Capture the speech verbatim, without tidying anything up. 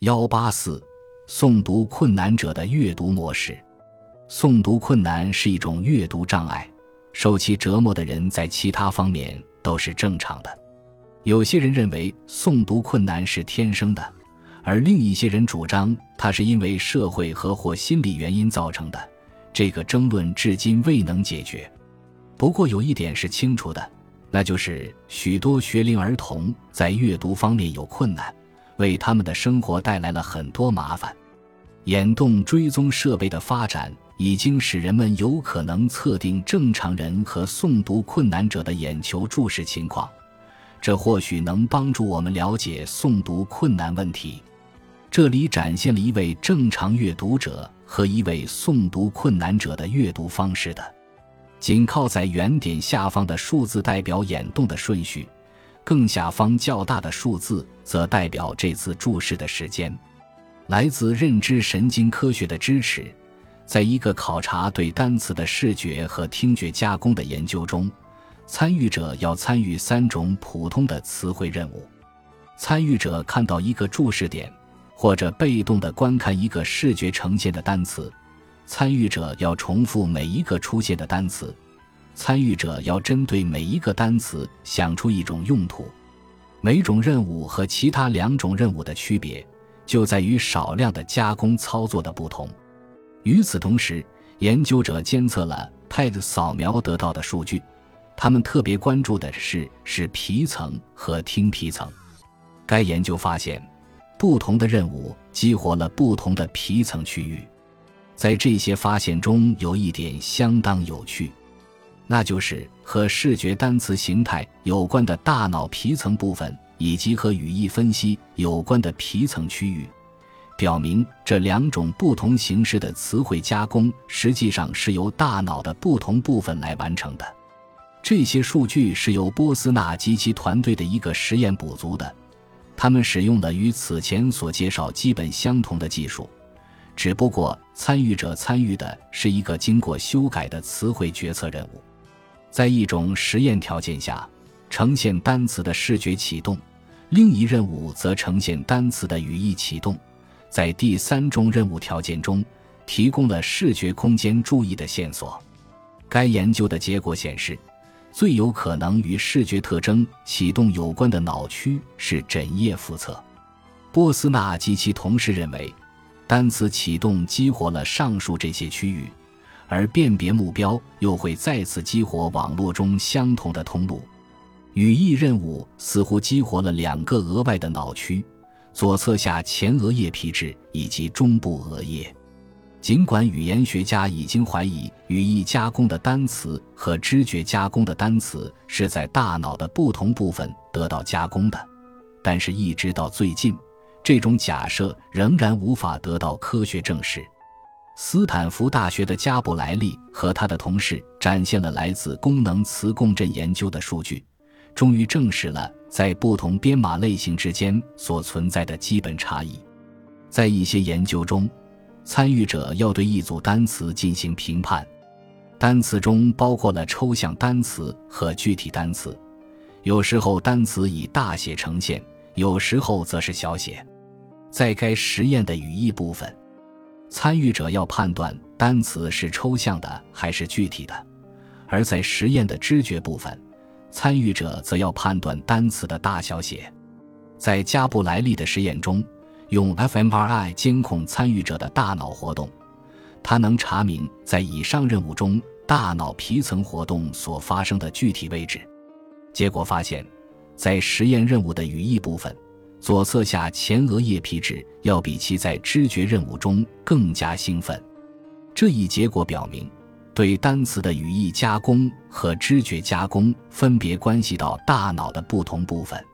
一八四诵读困难者的阅读模式。诵读困难是一种阅读障碍，受其折磨的人在其他方面都是正常的。有些人认为诵读困难是天生的，而另一些人主张它是因为社会和或心理原因造成的，这个争论至今未能解决。不过有一点是清楚的，那就是许多学龄儿童在阅读方面有困难，为他们的生活带来了很多麻烦。眼动追踪设备的发展已经使人们有可能测定正常人和诵读困难者的眼球注视情况，这或许能帮助我们了解诵读困难问题。这里展现了一位正常阅读者和一位诵读困难者的阅读方式的。紧靠在圆点下方的数字代表眼动的顺序，更下方较大的数字则代表这次注视的时间。来自认知神经科学的支持，在一个考察对单词的视觉和听觉加工的研究中，参与者要参与三种普通的词汇任务。参与者看到一个注视点，或者被动地观看一个视觉呈现的单词。参与者要重复每一个出现的单词，参与者要针对每一个单词想出一种用途。每种任务和其他两种任务的区别，就在于少量的加工操作的不同。与此同时，研究者监测了 P E T 扫描得到的数据，他们特别关注的是是皮层和听皮层。该研究发现，不同的任务激活了不同的皮层区域。在这些发现中有一点相当有趣，那就是和视觉单词形态有关的大脑皮层部分以及和语义分析有关的皮层区域，表明这两种不同形式的词汇加工实际上是由大脑的不同部分来完成的。这些数据是由波斯纳及其团队的一个实验补足的，他们使用了与此前所介绍基本相同的技术，只不过参与者参与的是一个经过修改的词汇决策任务。在一种实验条件下，呈现单词的视觉启动，另一任务则呈现单词的语义启动。在第三种任务条件中，提供了视觉空间注意的线索。该研究的结果显示，最有可能与视觉特征启动有关的脑区是枕叶腹侧。波斯纳及其同事认为，单词启动激活了上述这些区域，而辨别目标又会再次激活网络中相同的通路。语义任务似乎激活了两个额外的脑区，左侧下前额叶皮质以及中部额叶。尽管语言学家已经怀疑语义加工的单词和知觉加工的单词是在大脑的不同部分得到加工的，但是一直到最近，这种假设仍然无法得到科学证实。斯坦福大学的加布莱利和他的同事展现了来自功能磁共振研究的数据，终于证实了在不同编码类型之间所存在的基本差异。在一些研究中，参与者要对一组单词进行评判，单词中包括了抽象单词和具体单词，有时候单词以大写呈现，有时候则是小写。在该实验的语义部分，参与者要判断单词是抽象的还是具体的，而在实验的知觉部分，参与者则要判断单词的大小写。在加布莱利的实验中，用 F M R I 监控参与者的大脑活动，它能查明在以上任务中大脑皮层活动所发生的具体位置。结果发现，在实验任务的语义部分，左侧下前额叶皮质要比其在知觉任务中更加兴奋。这一结果表明，对单词的语义加工和知觉加工分别关系到大脑的不同部分。